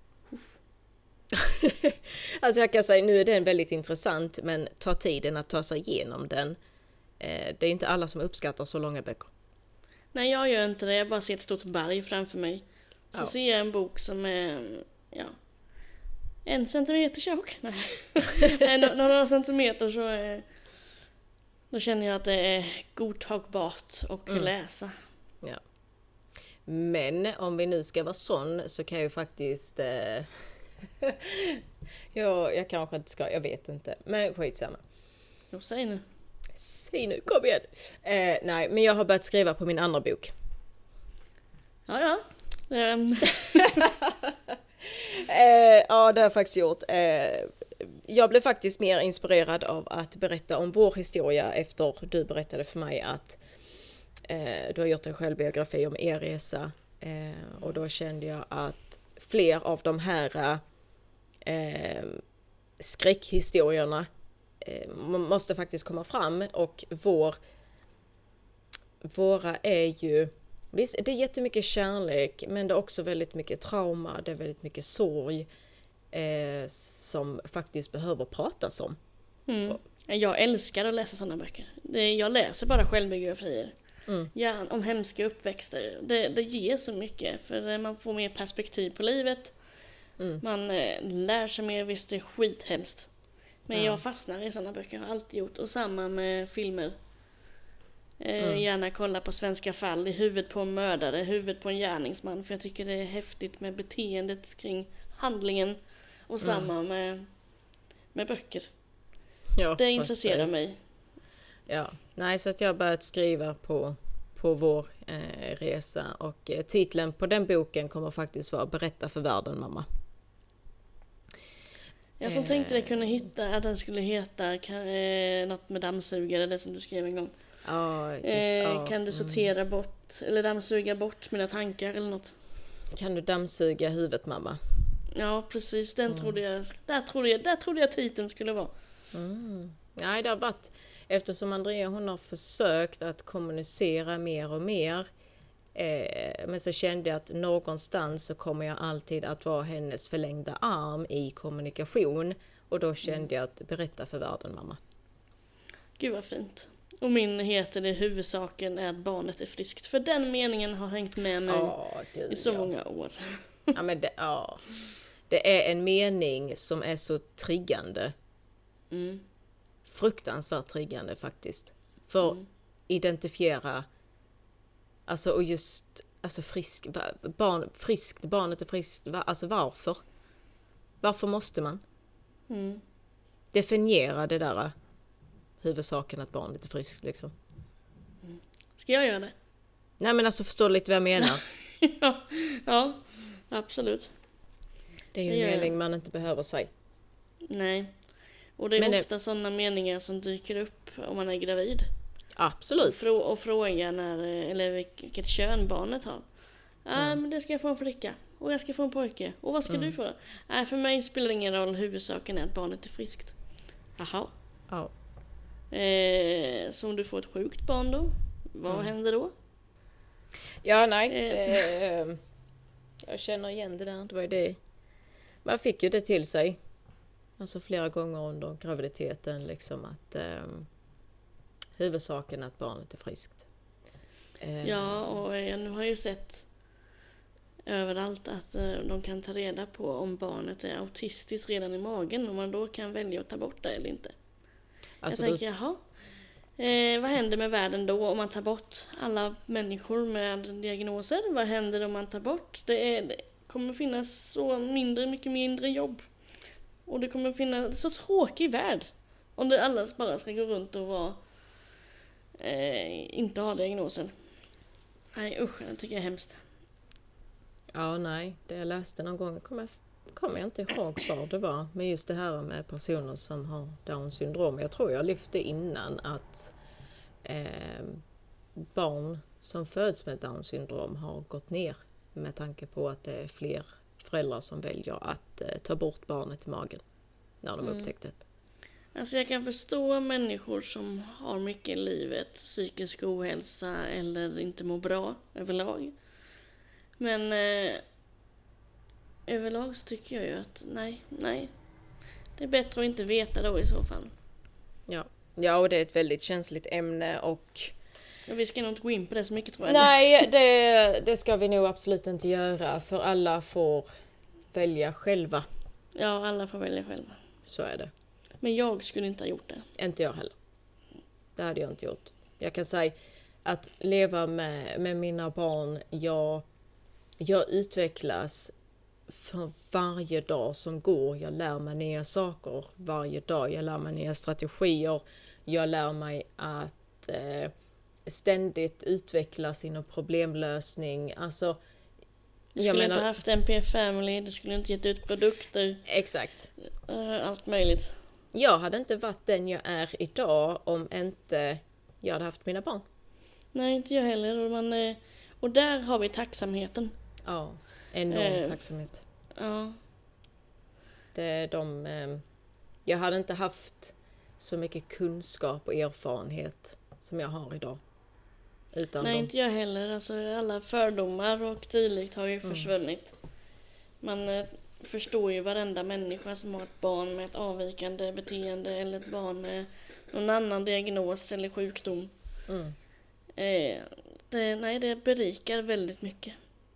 Speaker 2: Alltså jag kan säga, nu är den väldigt intressant, men ta tiden att ta sig igenom den. Det är inte alla som uppskattar så långa böcker. Nej,
Speaker 1: jag gör inte det. Jag bara ser ett stort berg framför mig. Så ja. Ser jag en bok som är, ja, en centimeter tjock. Nej, några centimeter, så är, då känner jag att det är godtagbart att mm. läsa.
Speaker 2: Ja. Men om vi nu ska vara sån, så kan jag ju faktiskt... Eh... ja, jag kanske inte ska, jag vet inte. Men skitsamma.
Speaker 1: Jo, säg nu.
Speaker 2: Säg nu, kom igen. Eh, nej, men jag har börjat skriva på min andra bok.
Speaker 1: Ja, ja. Um.
Speaker 2: eh, ja, det har jag faktiskt gjort. Eh, jag blev faktiskt mer inspirerad av att berätta om vår historia efter du berättade för mig att eh, du har gjort en självbiografi om er resa. Eh, och då kände jag att fler av de här eh, skräckhistorierna eh, måste faktiskt komma fram, och vår våra är ju, visst, det är jättemycket kärlek, men det är också väldigt mycket trauma, det är väldigt mycket sorg eh, som faktiskt behöver pratas om.
Speaker 1: Mm. Jag älskar att läsa sådana böcker. Det, jag läser bara självbiografier. Mm. Ja, om hemska uppväxter. Det, det ger så mycket, för man får mer perspektiv på livet. Mm. Man eh, lär sig mer, visst det är skithemskt. Men ja. Jag fastnar i sådana böcker, har alltid gjort. Och samma med filmer. Eh, mm. Gärna kolla på Svenska fall, i huvudet på en mördare, huvudet på en gärningsman. För jag tycker det är häftigt med beteendet kring handlingen. Och samma mm. med, med böcker. Ja, det intresserar precis. mig.
Speaker 2: Ja, nej, så att jag har börjat skriva på, på vår eh, resa. Och eh, titeln på den boken kommer faktiskt vara Berätta för världen, mamma.
Speaker 1: Jag som eh. tänkte jag kunde hitta att den skulle heta kan, eh, något med dammsugare, det som du skrev en gång.
Speaker 2: Oh, just,
Speaker 1: eh,
Speaker 2: oh,
Speaker 1: kan du sortera mm. bort, eller dammsuga bort mina tankar eller något?
Speaker 2: Kan du dammsuga huvudet, mamma?
Speaker 1: Ja, precis. Den mm. trodde jag, där trodde jag, där trodde jag titeln skulle vara.
Speaker 2: Mm. Nej, det har varit, eftersom Andrea, hon har försökt att kommunicera mer och mer, eh, men så kände jag att någonstans så kommer jag alltid att vara hennes förlängda arm i kommunikation, och då kände jag att berätta för världen, mamma.
Speaker 1: Gud vad fint. Och min heter det huvudsaken är att barnet är friskt, för den meningen har hängt med mig oh, Gud, i så ja. många år.
Speaker 2: Ja, men det, ja. det är en mening som är så triggande. Mm. Fruktansvärt triggande faktiskt. För mm. identifiera, alltså, och just alltså frisk, barn, friskt, barnet är friskt, alltså varför? Varför måste man? Mm. Definiera det där huvudsaken att barnet är friskt liksom.
Speaker 1: Mm. Ska jag göra det?
Speaker 2: Nej, men alltså förstår lite vad jag menar.
Speaker 1: ja, ja, absolut.
Speaker 2: Det är ju en mening man inte behöver säga.
Speaker 1: Nej. Och det är men ofta det... sådana meningar som dyker upp om man är gravid.
Speaker 2: Absolut.
Speaker 1: Och, frå- och fråga när, eller vilket kön barnet har. Ja, mm. ah, men det ska jag få en flicka. Och jag ska få en pojke. Och vad ska mm. du få då? Nej, ah, för mig spelar det ingen roll. Huvudsaken är att barnet är friskt. Jaha.
Speaker 2: Ja.
Speaker 1: Eh, så om du får ett sjukt barn då? Vad mm. händer då?
Speaker 2: Ja, nej. Eh. Eh, jag känner igen det där. Det var ju det. Man fick ju det till sig. Alltså flera gånger under graviditeten liksom att eh, huvudsaken är att barnet är friskt.
Speaker 1: Eh. Ja, och jag nu har ju sett överallt att eh, de kan ta reda på om barnet är autistiskt redan i magen, och man då kan välja att ta bort det eller inte. Alltså jag tänker, du... jaha, eh, vad händer med världen då om man tar bort alla människor med diagnoser? Vad händer om man tar bort? Det, är, det kommer finnas så mindre, mycket mindre jobb. Och det kommer finnas så tråkig värld om det alla bara ska gå runt och vara, eh, inte ha diagnosen. Nej, usch, det tycker jag är hemskt.
Speaker 2: Ja, nej. Det jag läste någon gång kommer jag, kommer jag inte ihåg vad det var. Men just det här med personer som har Downs syndrom. Jag tror jag lyfte innan att eh, barn som föds med Downs syndrom har gått ner. Med tanke på att det är fler föräldrar som väljer att eh, ta bort barnet i magen när de
Speaker 1: Mm.
Speaker 2: upptäckt det.
Speaker 1: Alltså jag kan förstå människor som har mycket i livet, psykisk ohälsa eller inte mår bra överlag. Men eh, överlag så tycker jag ju att nej, nej. Det är bättre att inte veta då i så fall.
Speaker 2: Ja. Ja, och det är ett väldigt känsligt ämne och
Speaker 1: Ja, vi ska nog inte gå in på det så mycket tror jag.
Speaker 2: nej, det, det ska vi nog absolut inte göra. För alla får välja själva.
Speaker 1: Ja, alla får välja själva.
Speaker 2: Så är det.
Speaker 1: Men jag skulle inte ha gjort det.
Speaker 2: Inte jag heller. Det hade jag inte gjort. Jag kan säga att leva med, med mina barn, jag, jag utvecklas för varje dag som går. Jag lär mig nya saker varje dag. Jag lär mig nya strategier. Jag lär mig att eh, ständigt utvecklas inom problemlösning. Alltså,
Speaker 1: Du
Speaker 2: jag
Speaker 1: skulle
Speaker 2: menar,
Speaker 1: inte haft N P Family, du skulle inte gett ut produkter,
Speaker 2: exakt.
Speaker 1: eh, allt möjligt.
Speaker 2: Jag hade inte varit den jag är idag om inte jag hade haft mina barn.
Speaker 1: Nej, inte jag heller. Och, man, eh, och där har vi tacksamheten.
Speaker 2: Ja, enorm
Speaker 1: Eh.
Speaker 2: tacksamhet.
Speaker 1: Ja,
Speaker 2: Det är de, eh, jag hade inte haft så mycket kunskap och erfarenhet som jag har idag. Utan
Speaker 1: nej
Speaker 2: dem.
Speaker 1: inte jag heller. Alltså, alla fördomar och dylikt har ju
Speaker 2: Mm.
Speaker 1: försvunnit. Man eh, förstår ju varenda människa som har ett barn med ett avvikande beteende eller ett barn med någon annan diagnos eller sjukdom.
Speaker 2: Mm.
Speaker 1: Eh, det, nej, det berikar väldigt mycket.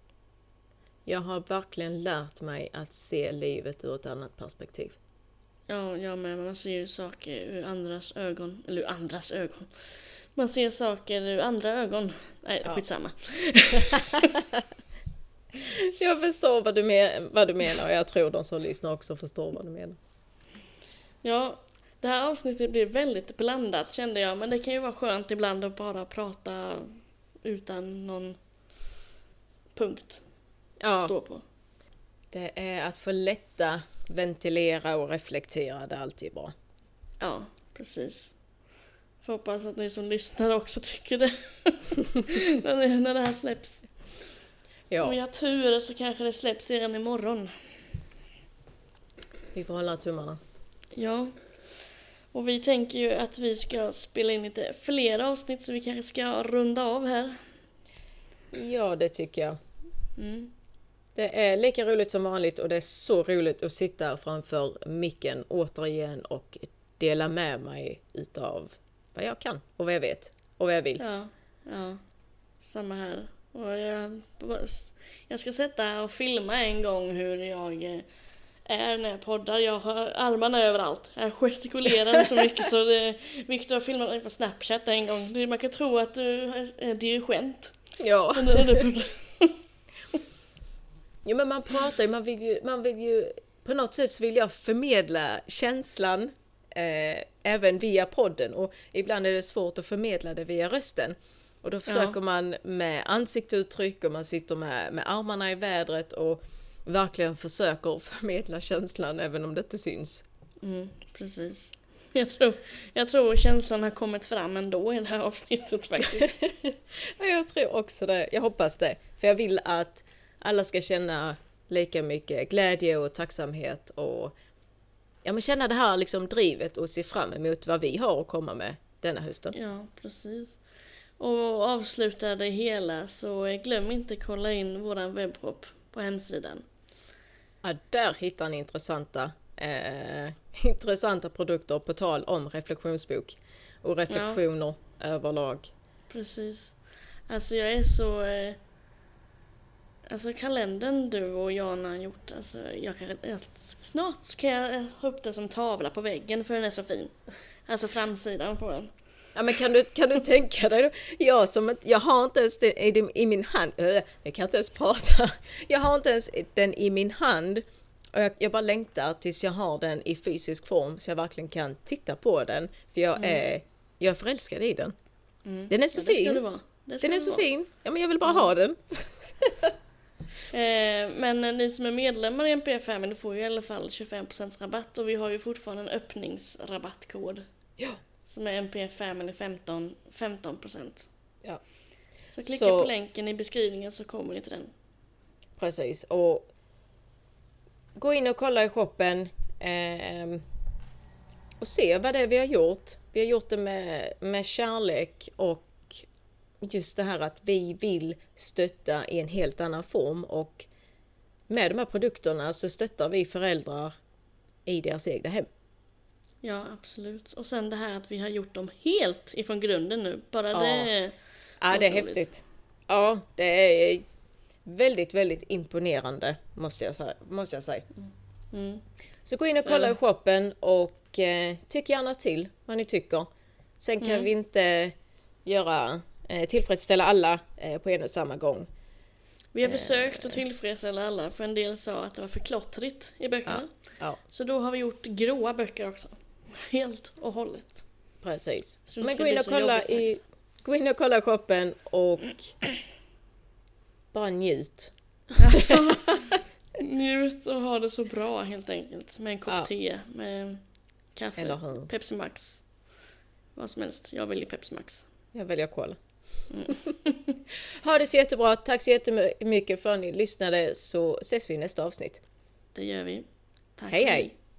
Speaker 2: Jag har verkligen lärt mig att se livet ur ett annat perspektiv.
Speaker 1: Ja, jag med. Man ser ju saker ur andras ögon. Eller ur andras ögon. Man ser saker ur andra ögon. Nej,
Speaker 2: Ja.
Speaker 1: skitsamma.
Speaker 2: Jag förstår vad du, men, vad du menar och jag tror de som lyssnar också förstår vad du menar.
Speaker 1: Ja, det här avsnittet blir väldigt blandat kände jag. Men det kan ju vara skönt ibland att bara prata utan någon punkt att
Speaker 2: Ja,
Speaker 1: stå på.
Speaker 2: det är att få lätta, ventilera och reflektera. Det är alltid bra.
Speaker 1: Ja, precis. Får hoppas att ni som lyssnar också tycker det. när, det när det här släpps. Om
Speaker 2: Ja,
Speaker 1: jag har tur så kanske det släpps redan imorgon.
Speaker 2: vi får hålla tummarna.
Speaker 1: Ja. Och vi tänker ju att vi ska spela in lite fler avsnitt så vi kanske ska runda av här.
Speaker 2: Ja, det tycker jag.
Speaker 1: Mm.
Speaker 2: Det är lika roligt som vanligt och det är så roligt att sitta framför micken återigen och dela med mig utav vad jag kan och vad jag vet och vad jag vill.
Speaker 1: Ja, ja. Samma här. Och jag, jag ska sätta och filma en gång hur jag är när jag poddar. Jag har armarna överallt. Jag gestikulerar så mycket så det, Victor har filmat mig på Snapchat en gång. Man kan tro att du är dirigent.
Speaker 2: Ja.
Speaker 1: När du poddar.
Speaker 2: Jo, men man pratar ju, man vill ju, man vill ju på något sätt så vill jag förmedla känslan eh, även via podden och ibland är det svårt att förmedla det via rösten. Och då försöker
Speaker 1: Ja.
Speaker 2: man med ansiktsuttryck och man sitter med, med armarna i vädret och verkligen försöker förmedla känslan även om det inte syns.
Speaker 1: Mm, precis. Jag tror, jag tror känslan har kommit fram ändå i det här avsnittet faktiskt.
Speaker 2: Ja, jag tror också det. Jag hoppas det. För jag vill att alla ska känna lika mycket glädje och tacksamhet och ja, men känna det här liksom drivet och se fram emot vad vi har att komma med denna hösten.
Speaker 1: Ja, precis. Och avsluta det hela så glöm inte kolla in våran webbshop på hemsidan.
Speaker 2: Ja, där hittar ni intressanta, eh, intressanta produkter på tal om reflektionsbok och reflektioner ja. överlag.
Speaker 1: Precis. Alltså jag är så... Eh, alltså kalendern du och Jana har gjort, alltså jag kan, jag, snart ska jag ha upp det som tavla på väggen för den är så fin. Alltså framsidan på den.
Speaker 2: Ja, men kan du, kan du tänka dig då? Jag, som, jag har inte ens den i, i min hand. Äh, jag kan inte ens prata. Jag har inte ens den i min hand. Och jag, jag bara längtar tills jag har den i fysisk form så jag verkligen kan titta på den. För jag
Speaker 1: Mm.
Speaker 2: är, jag är förälskad i den.
Speaker 1: Mm.
Speaker 2: Den är så
Speaker 1: ja, det
Speaker 2: fin.
Speaker 1: Ska det vara. Det ska
Speaker 2: Den är
Speaker 1: det
Speaker 2: så
Speaker 1: vara.
Speaker 2: fin. Ja, men jag vill bara
Speaker 1: Mm.
Speaker 2: ha den.
Speaker 1: Eh, men ni som är medlemmar i N P F Family får ju i alla fall tjugofem procent rabatt och vi har ju fortfarande en öppningsrabattkod.
Speaker 2: Ja.
Speaker 1: Som är N P F Family femton, femton procent.
Speaker 2: Ja.
Speaker 1: Så klicka
Speaker 2: Så,
Speaker 1: på länken i beskrivningen så kommer ni till den.
Speaker 2: Precis. Och gå in och kolla i shoppen eh, och se vad det är vi har gjort. Vi har gjort det med, med kärlek och just det här att vi vill stötta i en helt annan form, och med de här produkterna så stöttar vi föräldrar i deras egna hem.
Speaker 1: Ja, absolut. Och sen det här att vi har gjort dem helt ifrån grunden nu. Bara
Speaker 2: Ja.
Speaker 1: det är
Speaker 2: Ja, det är
Speaker 1: otroligt.
Speaker 2: häftigt. Ja, det är väldigt, väldigt imponerande måste jag, säga- måste jag säga.
Speaker 1: Mm.
Speaker 2: Så gå in och kolla
Speaker 1: Ja.
Speaker 2: i shoppen och eh, tyck gärna till vad ni tycker. Sen kan
Speaker 1: Mm.
Speaker 2: vi inte göra eh, tillfredsställa alla eh, på en och samma gång.
Speaker 1: Vi har försökt att tillfredsställa alla, för en del sa att det var för klottrigt i böckerna.
Speaker 2: Ja,
Speaker 1: Så då har vi gjort gråa böcker också. Helt och hållet.
Speaker 2: precis.
Speaker 1: Så det
Speaker 2: Men
Speaker 1: ska
Speaker 2: gå in
Speaker 1: bli
Speaker 2: och
Speaker 1: så
Speaker 2: kolla
Speaker 1: jobbigt
Speaker 2: i gå in och kolla i shoppen och bara njut.
Speaker 1: Njut och ha det så bra helt enkelt. Med en kopp
Speaker 2: Ja.
Speaker 1: te, med kaffe,
Speaker 2: Eller hur?
Speaker 1: Pepsi Max. Vad som helst. Jag väljer Pepsi Max.
Speaker 2: Jag väljer kolla. Ha det så jättebra. Tack så jättemycket för att ni lyssnade, så ses vi i nästa avsnitt.
Speaker 1: Det gör vi. Tack.
Speaker 2: Hej hej!